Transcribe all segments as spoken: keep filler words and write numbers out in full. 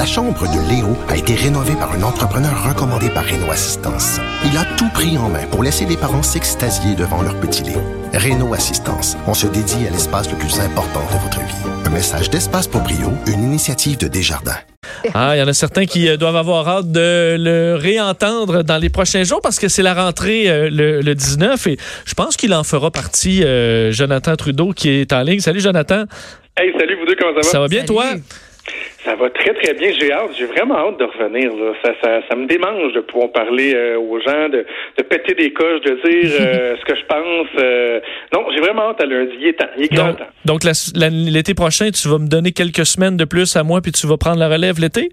La chambre de Léo a été rénovée par un entrepreneur recommandé par Réno Assistance. Il a tout pris en main pour laisser les parents s'extasier devant leur petit Léo. Réno Assistance, on se dédie à l'espace le plus important de votre vie. Un message d'Espace pour Brio, une initiative de Desjardins. Ah, il y en a certains qui euh, doivent avoir hâte de le réentendre dans les prochains jours parce que c'est la rentrée euh, le, le dix-neuf et je pense qu'il en fera partie, euh, Jonathan Trudeau qui est en ligne. Salut Jonathan. Hey, salut vous deux, comment ça va? Ça va bien, Salut. toi? Ça va très, très bien. J'ai hâte, j'ai vraiment hâte de revenir. Là. Ça, ça, ça me démange de pouvoir parler euh, aux gens, de, de péter des coches, de dire euh, ce que je pense. Euh... Non, j'ai vraiment hâte à lundi. Il est temps, il est grand Donc, temps. donc la, la, l'été prochain, tu vas me donner quelques semaines de plus à moi puis tu vas prendre la relève l'été?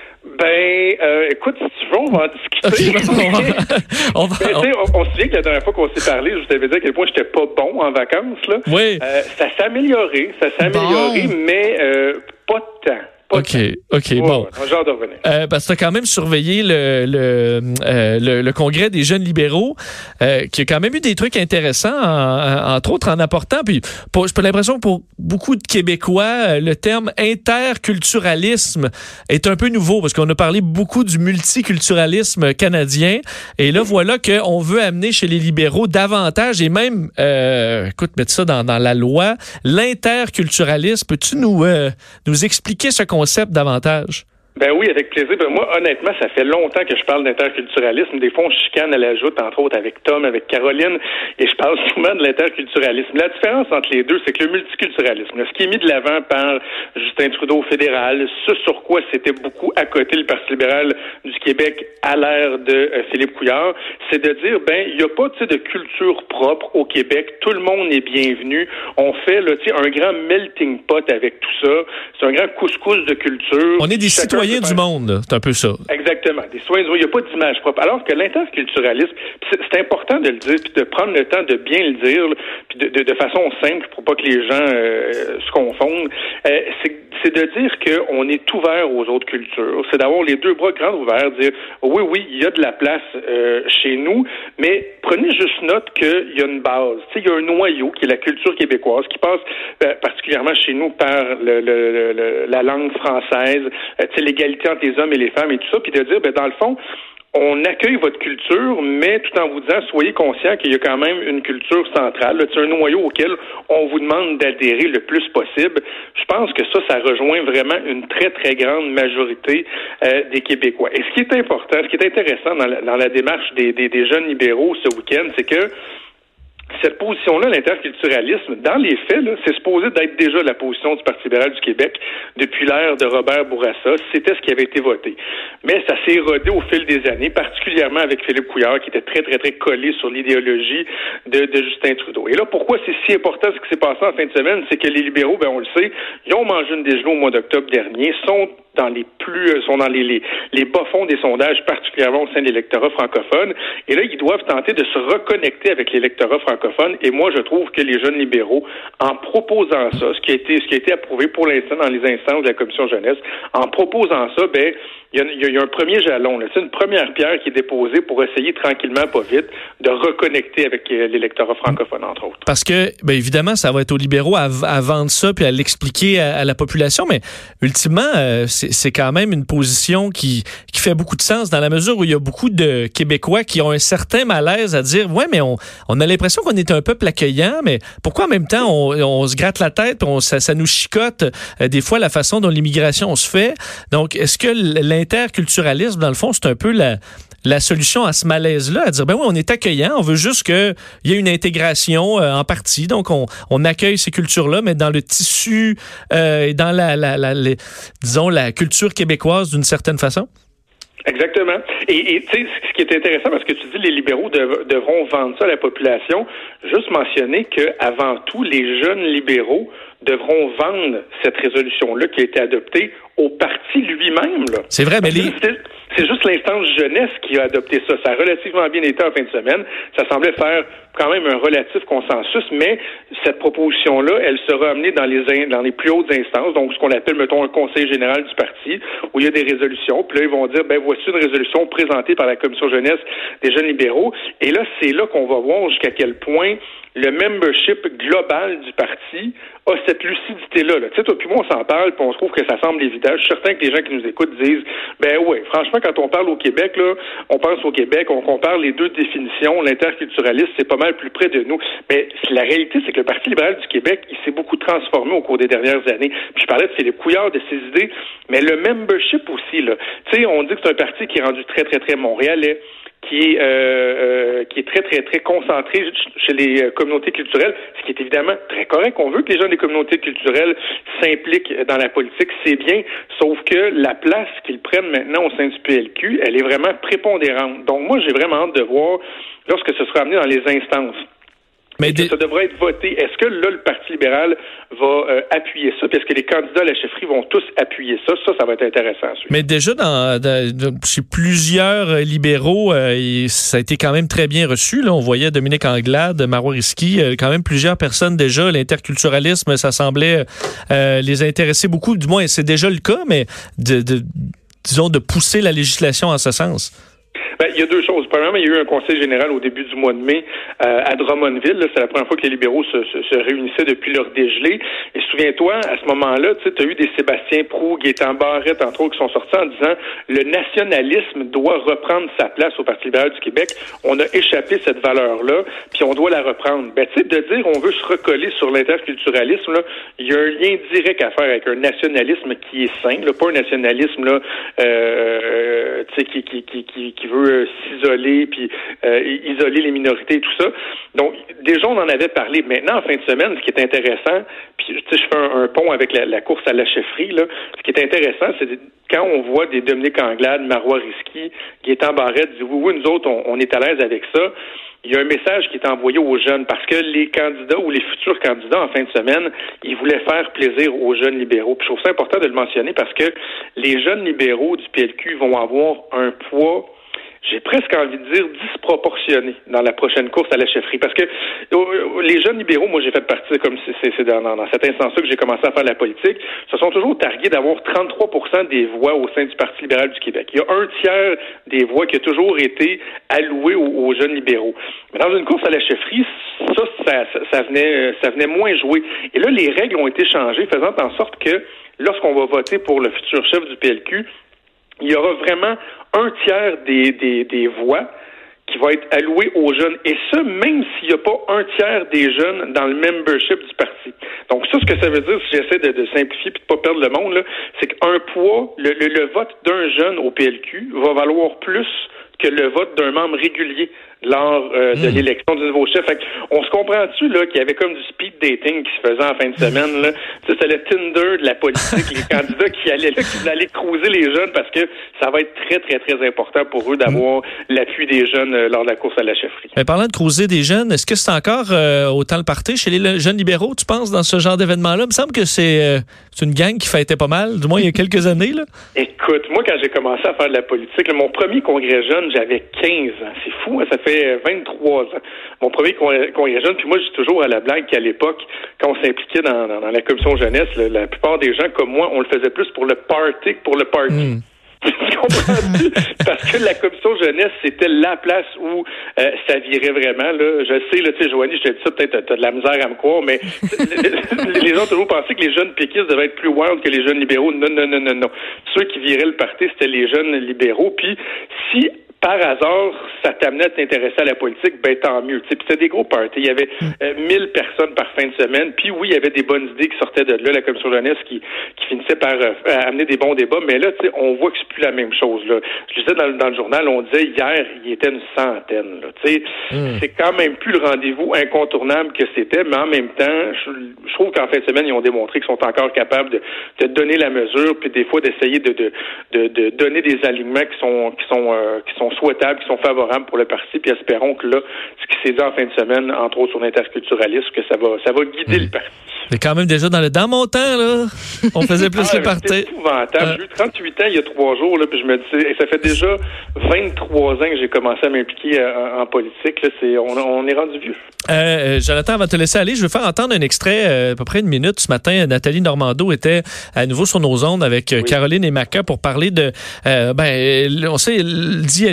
Ben, euh, écoute, si tu veux, on va en discuter. Okay, on va, on va, ben, on, on se souvient que la dernière fois qu'on s'est parlé, je t'avais dit à quel point j'étais pas bon en vacances. Là. Oui. Euh, ça s'est amélioré, ça s'est amélioré, bon. mais euh, pas de temps. Pas OK, de temps. OK, Ouais, bon. ouais, j'ai hâte de revenir. Euh, parce que tu as quand même surveillé le, le, euh, le, le congrès des jeunes libéraux, euh, qui a quand même eu des trucs intéressants, en, en, entre autres en apportant. Puis, pour, j'ai pas l'impression que pour beaucoup de Québécois, le terme interculturalisme est un peu nouveau, parce qu'on a parlé beaucoup du multiculturalisme canadien. Et là, voilà qu'on veut amener chez les libéraux davantage, et même, euh, écoute, mettre ça dans, dans la loi, l'interculturalisme. Peux-tu nous, euh, nous expliquer ce concept davantage? Ben oui, avec plaisir. Ben moi, honnêtement, ça fait longtemps que je parle d'interculturalisme. Des fois, on chicane à la joute, entre autres, avec Tom, avec Caroline, et je parle souvent de l'interculturalisme. La différence entre les deux, c'est que le multiculturalisme, là, ce qui est mis de l'avant par Justin Trudeau au fédéral, ce sur quoi c'était beaucoup à côté le Parti libéral du Québec à l'ère de euh, Philippe Couillard, c'est de dire, ben, il n'y a pas, tu sais, de culture propre au Québec. Tout le monde est bienvenu. On fait, là, tu sais, un grand melting pot avec tout ça. C'est un grand couscous de culture. On est des Chacun citoyens du monde, là. C'est un peu ça. Exactement. Des citoyens du monde. Il n'y a pas d'image propre. Alors que l'interculturalisme, c'est, c'est important de le dire, puis de prendre le temps de bien le dire, là, puis de, de, de façon simple, pour pas que les gens euh, se confondent. Euh, c'est, c'est de dire qu'on est ouvert aux autres cultures. C'est d'avoir les deux bras grands ouverts, dire oui, oui, il y a de la place euh, chez nous, mais prenez juste note qu'il y a une base. Tu sais, il y a un noyau qui est la culture québécoise, qui passe euh, particulièrement chez nous par le, le, le, la langue française, euh, tu sais, l'égalité entre les hommes et les femmes et tout ça, puis de dire, ben dans le fond, on accueille votre culture, mais tout en vous disant, soyez conscients qu'il y a quand même une culture centrale. C'est un noyau auquel on vous demande d'adhérer le plus possible. Je pense que ça, ça rejoint vraiment une très, très grande majorité euh, des Québécois. Et ce qui est important, ce qui est intéressant dans la, dans la démarche des, des, des jeunes libéraux ce week-end, c'est que cette position-là, l'interculturalisme, dans les faits, là, c'est supposé d'être déjà la position du Parti libéral du Québec depuis l'ère de Robert Bourassa. C'était ce qui avait été voté. Mais ça s'est érodé au fil des années, particulièrement avec Philippe Couillard, qui était très, très, très collé sur l'idéologie de, de Justin Trudeau. Et là, pourquoi c'est si important ce qui s'est passé en fin de semaine? C'est que les libéraux, ben on le sait, ils ont mangé une dégelée au mois d'octobre dernier, sont dans les plus, sont dans les, les, les bas-fonds des sondages, particulièrement au sein de l'électorat francophone. Et là, ils doivent tenter de se reconnecter avec l'électorat francophone. Et moi, je trouve que les jeunes libéraux, en proposant ça, ce qui a été, ce qui a été approuvé pour l'instant dans les instances de la Commission jeunesse, en proposant ça, ben, il y a, il y a un premier jalon, là. C'est une première pierre qui est déposée pour essayer tranquillement, pas vite, de reconnecter avec l'électorat francophone, entre autres. Parce que, bien évidemment, ça va être aux libéraux à, à vendre ça puis à l'expliquer à, à la population, mais ultimement, euh, c'est, c'est quand même une position qui, qui fait beaucoup de sens dans la mesure où il y a beaucoup de Québécois qui ont un certain malaise à dire, ouais, mais on, on a l'impression qu'on est un peuple accueillant, mais pourquoi en même temps on, on se gratte la tête puis on, ça, ça nous chicote euh, des fois la façon dont l'immigration se fait. Donc, est-ce que l'interculturalisme, dans le fond, c'est un peu la, la solution à ce malaise-là, à dire, ben oui, on est accueillant, on veut juste qu'il y ait une intégration euh, en partie, donc on, on accueille ces cultures-là, mais dans le tissu euh, et dans la, la, la, la, disons, la culture québécoise d'une certaine façon? Exactement. Et, et tu sais, ce qui est intéressant, parce que tu dis les libéraux dev- devront vendre ça à la population, juste mentionner qu'avant tout, les jeunes libéraux devront vendre cette résolution-là qui a été adoptée au parti lui-même. Là. C'est vrai, mais les... c'est, c'est juste l'instance jeunesse qui a adopté ça. Ça a relativement bien été en fin de semaine. Ça semblait faire quand même un relatif consensus, mais cette proposition-là, elle sera amenée dans les in- dans les plus hautes instances, donc ce qu'on appelle, mettons, un conseil général du parti, où il y a des résolutions. Puis là, ils vont dire, ben voici une résolution présentée par la Commission jeunesse des jeunes libéraux. Et là, c'est là qu'on va voir jusqu'à quel point le membership global du parti a cette lucidité-là. Là. Tu sais, toi puis moi, on s'en parle, puis on se trouve que ça semble évident. Je suis certain que les gens qui nous écoutent disent, ben ouais, franchement, quand on parle au Québec, là, on pense au Québec, on compare les deux définitions, l'interculturalisme, c'est pas mal plus près de nous. Mais la réalité, c'est que le Parti libéral du Québec, il s'est beaucoup transformé au cours des dernières années. Puis je parlais de Philippe Couillard, de ses idées, mais le membership aussi, là. Tu sais, on dit que c'est un parti qui est rendu très, très, très montréalais, qui est, euh, euh, qui est très, très, très concentré chez les euh, communautés culturelles, ce qui est évidemment très correct. On veut que les gens des communautés culturelles s'impliquent dans la politique, c'est bien, sauf que la place qu'ils prennent maintenant au sein du P L Q, elle est vraiment prépondérante. Donc moi, j'ai vraiment hâte de voir lorsque ce sera amené dans les instances. Mais des... ça devrait être voté. Est-ce que là, le Parti libéral va euh, appuyer ça? Puis est-ce que les candidats à la chefferie vont tous appuyer ça? Ça, ça va être intéressant. Celui. Mais déjà, dans, dans, chez plusieurs libéraux, euh, ça a été quand même très bien reçu. Là. On voyait Dominique Anglade, Marois Risky, euh, quand même plusieurs personnes déjà. L'interculturalisme, ça semblait euh, les intéresser beaucoup. Du moins, c'est déjà le cas, mais de, de, disons, de pousser la législation en ce sens. Ben, il y a deux choses. Premièrement, il y a eu un conseil général au début du mois de mai euh, à Drummondville. C'est la première fois que les libéraux se, se, se réunissaient depuis leur dégelé. Et souviens-toi, à ce moment-là, tu as eu des Sébastien Proulx, Gaétan Barrette, entre autres, qui sont sortis en disant le nationalisme doit reprendre sa place au Parti libéral du Québec. On a échappé cette valeur-là, puis on doit la reprendre. Ben, tu sais, de dire on veut se recoller sur l'interculturalisme, là, il y a un lien direct à faire avec un nationalisme qui est sain, là, pas un nationalisme là, euh, tu sais, qui, qui, qui, qui, qui veut s'isoler, puis euh, isoler les minorités et tout ça. Donc, déjà, on en avait parlé. Maintenant, en fin de semaine, ce qui est intéressant, puis tu sais, je fais un, un pont avec la, la course à la chefferie, là, ce qui est intéressant, c'est de, quand on voit des Dominique Anglade, Marois Risky, Gaétan Barrette, disent oui, oui, nous autres, on, on est à l'aise avec ça. Il y a un message qui est envoyé aux jeunes parce que les candidats ou les futurs candidats en fin de semaine, ils voulaient faire plaisir aux jeunes libéraux. Puis je trouve ça important de le mentionner parce que les jeunes libéraux du P L Q vont avoir un poids, j'ai presque envie de dire disproportionné dans la prochaine course à la chefferie. Parce que euh, les jeunes libéraux, moi j'ai fait partie, comme c'est, c'est, c'est dans, dans cette instance-là que j'ai commencé à faire la politique, se sont toujours targués d'avoir trente-trois pour cent des voix au sein du Parti libéral du Québec. Il y a un tiers des voix qui a toujours été alloué aux, aux jeunes libéraux. Mais dans une course à la chefferie, ça, ça, ça, ça venait, ça venait moins jouer. Et là, les règles ont été changées, faisant en sorte que lorsqu'on va voter pour le futur chef du P L Q, il y aura vraiment un tiers des, des, des voix qui va être alloué aux jeunes. Et ça, même s'il n'y a pas un tiers des jeunes dans le membership du parti. Donc ça, ce que ça veut dire, si j'essaie de, de simplifier et de ne pas perdre le monde, là, c'est qu'un poids, le, le, le vote d'un jeune au P L Q va valoir plus que le vote d'un membre régulier lors euh, de mmh. l'élection du nouveau chef. Fait on se comprend-tu là qu'il y avait comme du speed dating qui se faisait en fin de semaine là. C'était le Tinder de la politique, les candidats qui allaient là, qui allaient cruiser les jeunes parce que ça va être très très très important pour eux d'avoir mmh. l'appui des jeunes euh, lors de la course à la chefferie. Mais parlant de cruiser des jeunes, est-ce que c'est encore euh, autant le party chez les jeunes libéraux, tu penses, dans ce genre d'événement-là? Il me semble que c'est, euh, c'est une gang qui fêtait pas mal, du moins il y a quelques années là. Écoute, moi quand j'ai commencé à faire de la politique, là, mon premier congrès jeune, j'avais quinze ans. C'est fou, hein, ça fait vingt-trois ans. Mon premier congrès jeune, puis moi, je dis toujours à la blague qu'à l'époque, quand on s'impliquait dans, dans, dans la commission jeunesse, là, la plupart des gens comme moi, on le faisait plus pour le party que pour le party. Mmh. Tu comprends-tu? Parce que la commission jeunesse, c'était la place où euh, ça virait vraiment. Là. Je sais, là, tu sais, Joanie, je te dis ça, peut-être t'as de la misère à me croire, mais les gens ont toujours pensé que les jeunes péquistes devaient être plus wild que les jeunes libéraux. Non, non, non, non, non. Ceux qui viraient le party, c'était les jeunes libéraux. Puis, si par hasard, ça t'amenait à t'intéresser à la politique, ben tant mieux. Puis c'était des gros parties. Il y avait euh, mille personnes par fin de semaine. Puis oui, il y avait des bonnes idées qui sortaient de là, la commission jeunesse qui, qui finissait par euh, amener des bons débats. Mais là, tu sais, on voit que c'est plus la même chose. Là. Je disais dans, dans le journal, on disait hier, il y était une centaine. Là. Tu sais, mm. c'est quand même plus le rendez-vous incontournable que c'était. Mais en même temps, je, je trouve qu'en fin de semaine, ils ont démontré qu'ils sont encore capables de, de donner la mesure, puis des fois d'essayer de, de, de, de donner des alignements qui sont, qui sont, euh, qui sont souhaitables, qui sont favorables pour le parti, puis espérons que là, ce qui s'est dit en fin de semaine, entre autres sur l'interculturalisme, que ça va, ça va guider mmh. le parti. Mais quand même déjà dans le dans mon temps, là, on faisait plus ah, le parti. C'est épouvantable. Euh... J'ai eu trente-huit ans il y a trois jours, là, puis je me disais, et ça fait déjà vingt-trois ans que j'ai commencé à m'impliquer en, en politique. Là, c'est, on, on est rendu vieux. Euh, Jonathan, avant de te laisser aller, je veux faire entendre un extrait, euh, à peu près une minute. Ce matin, Nathalie Normando était à nouveau sur nos ondes avec oui. Caroline et Maca pour parler de, euh, ben, on sait, dit,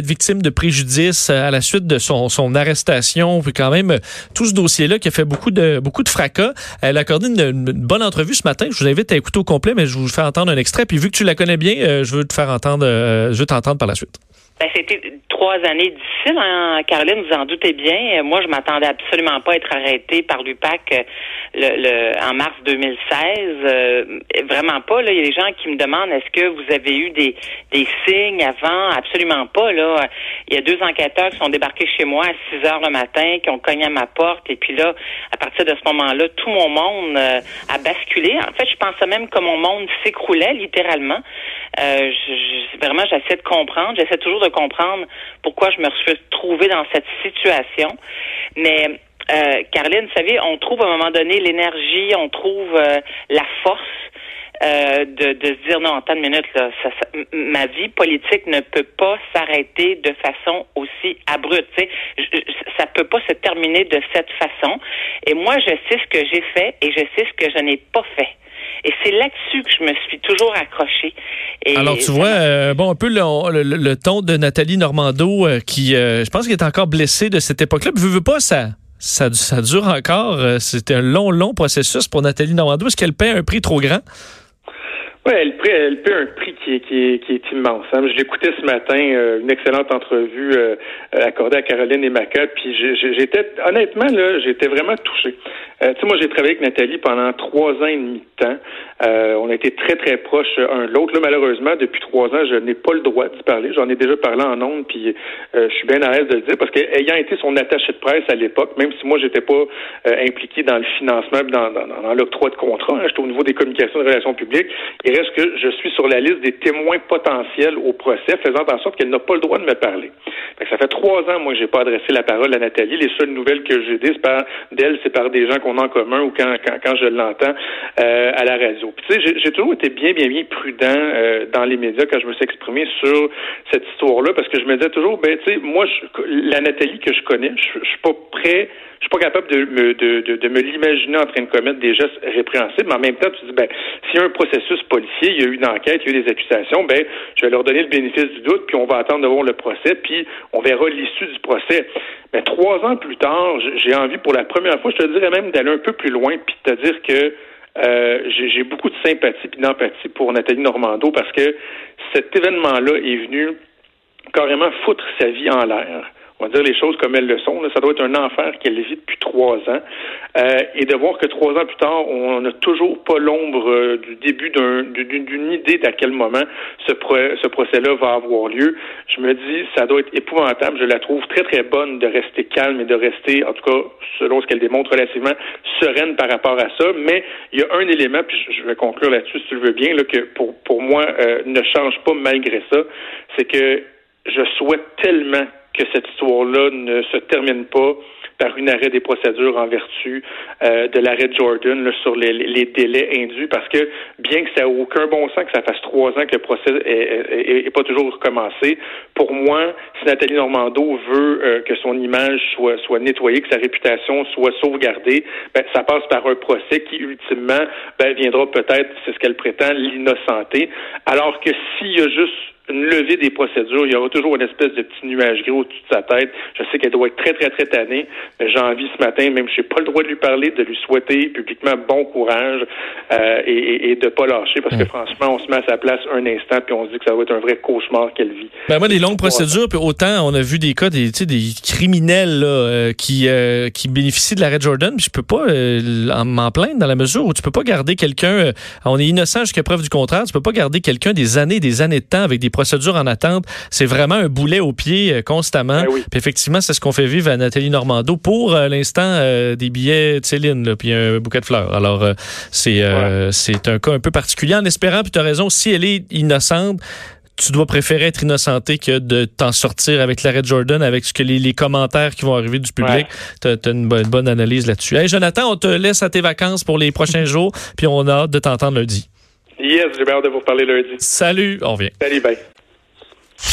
être victime de préjudice à la suite de son, son arrestation, puis quand même tout ce dossier-là qui a fait beaucoup de beaucoup de fracas. Elle a accordé une, une bonne entrevue ce matin. Je vous invite à écouter au complet, mais je vous fais entendre un extrait. Puis vu que tu la connais bien, euh, je veux te faire entendre, euh, je veux t'entendre par la suite. Ben, c'était trois années difficiles, hein, Caroline, vous en doutez bien. Moi, je m'attendais absolument pas à être arrêtée par l'U P A C le, le, en mars deux mille seize. Euh, vraiment pas. Là, il y a des gens qui me demandent est-ce que vous avez eu des, des signes avant? Absolument pas. Là, il y a deux enquêteurs qui sont débarqués chez moi à six heures le matin, qui ont cogné à ma porte. Et puis là, à partir de ce moment-là, tout mon monde euh, a basculé. En fait, je pensais même que mon monde s'écroulait littéralement. Euh, je, je, vraiment, j'essaie de comprendre. J'essaie toujours de comprendre pourquoi je me suis retrouvée dans cette situation. Mais, euh, Caroline, vous savez, on trouve à un moment donné l'énergie, on trouve euh, la force euh, de, de se dire, non, attends une minute, là, ça, ça, ma vie politique ne peut pas s'arrêter de façon aussi abrupte. Tu sais, je, ça peut pas se terminer de cette façon. Et moi, je sais ce que j'ai fait et je sais ce que je n'ai pas fait. Et c'est là-dessus que je me suis toujours accrochée. Et alors, tu vois, euh, bon, un peu le, le, le ton de Nathalie Normando euh, qui, euh, je pense qu'elle est encore blessée de cette époque-là. Puis, veux, veux pas, ça, ça, ça dure encore. Euh, c'était un long, long processus pour Nathalie Normando. Est-ce qu'elle paie un prix trop grand? Oui, elle, elle paie un prix qui est, qui est, qui est immense. Hein. Je l'écoutais ce matin, euh, une excellente entrevue euh, accordée à Caroline Emaka, puis j'étais, honnêtement, là, j'étais vraiment touché. Euh, tu sais, moi, j'ai travaillé avec Nathalie pendant trois ans et demi de temps. Euh, on a été très, très proches un de l'autre. Là, malheureusement, depuis trois ans, je n'ai pas le droit d'y parler. J'en ai déjà parlé en ondes, puis euh, je suis bien à l'aise de le dire, parce qu'ayant été son attaché de presse à l'époque, même si moi, j'étais pas euh, impliqué dans le financement, dans, dans, dans l'octroi de contrat, hein, j'étais au niveau des communications et des relations publiques, il reste que je suis sur la liste des témoins potentiels au procès, faisant en sorte qu'elle n'a pas le droit de me parler. Fait que ça fait trois ans, moi, que j'ai pas adressé la parole à Nathalie. Les seules nouvelles que j'ai dites par d'elle, c'est par des gens qu'on a en commun ou quand quand, quand je l'entends euh, à la radio. Puis tu sais, j'ai, j'ai toujours été bien, bien, bien prudent euh, dans les médias quand je me suis exprimé sur cette histoire-là, parce que je me disais toujours, ben tu sais, moi, je, la Nathalie que je connais, je, je suis pas prêt, je suis pas capable de me de, de, de me l'imaginer en train de commettre des gestes répréhensibles, mais en même temps, tu te dis, ben, s'il y a un processus policier, il y a eu une enquête, il y a eu des accusations, ben, je vais leur donner le bénéfice du doute, puis on va attendre de voir le procès, puis on verra l'issue du procès. Mais trois ans plus tard, j'ai envie pour la première fois, je te dirais même d'aller un peu plus loin, puis de te dire que euh, j'ai, j'ai beaucoup de sympathie et d'empathie pour Nathalie Normando, parce que cet événement-là est venu carrément foutre sa vie en l'air. On va dire les choses comme elles le sont. Là. Ça doit être un enfer qu'elle vit depuis trois ans. Euh, et de voir que trois ans plus tard, on n'a toujours pas l'ombre euh, du début d'un, d'une, d'une idée d'à quel moment ce, pro, ce procès-là va avoir lieu. Je me dis, ça doit être épouvantable. Je la trouve très, très bonne de rester calme et de rester, en tout cas, selon ce qu'elle démontre, relativement sereine par rapport à ça. Mais il y a un élément, puis je vais conclure là-dessus si tu le veux bien, là, que pour, pour moi euh, ne change pas malgré ça, c'est que je souhaite tellement que cette histoire-là ne se termine pas par un arrêt des procédures en vertu euh, de l'arrêt de Jordan là, sur les, les délais induits, parce que bien que ça n'a aucun bon sens que ça fasse trois ans que le procès n'est pas toujours recommencé, pour moi, si Nathalie Normando veut euh, que son image soit, soit nettoyée, que sa réputation soit sauvegardée, ben, ça passe par un procès qui, ultimement, ben, viendra peut-être, c'est ce qu'elle prétend, l'innocenter, alors que s'il y a juste une levée des procédures, il y aura toujours une espèce de petit nuage gris au-dessus de sa tête. Je sais qu'elle doit être très, très, très tannée, mais j'ai envie ce matin, même si je n'ai pas le droit de lui parler, de lui souhaiter publiquement bon courage euh, et, et, et de ne pas lâcher, parce que franchement, on se met à sa place un instant, puis on se dit que ça va être un vrai cauchemar qu'elle vit. Ben moi, les longues procédures, puis autant on a vu des cas des, des criminels là, euh, qui, euh, qui bénéficient de l'arrêt de Jordan, puis je peux pas euh, m'en plaindre dans la mesure où tu peux pas garder quelqu'un, euh, on est innocent jusqu'à preuve du contraire, tu peux pas garder quelqu'un des années des années de temps avec des procédures en attente. C'est vraiment un boulet au pied euh, constamment. Ben oui. Puis effectivement, c'est ce qu'on fait vivre à Nathalie Normando pour euh, l'instant euh, des billets de Céline, là, puis un bouquet de fleurs. Alors, euh, c'est, euh, ouais. c'est un cas un peu particulier, en espérant, puis tu as raison, si elle est innocente, tu dois préférer être innocenté que de t'en sortir avec l'arrêt de Jordan, avec ce que les, les commentaires qui vont arriver du public. Ouais. Tu as une, une bonne analyse là-dessus. Hey, Jonathan, on te laisse à tes vacances pour les prochains jours, puis on a hâte de t'entendre lundi. Yes, j'ai bien hâte de vous reparler lundi. Salut, on revient. Salut, bye.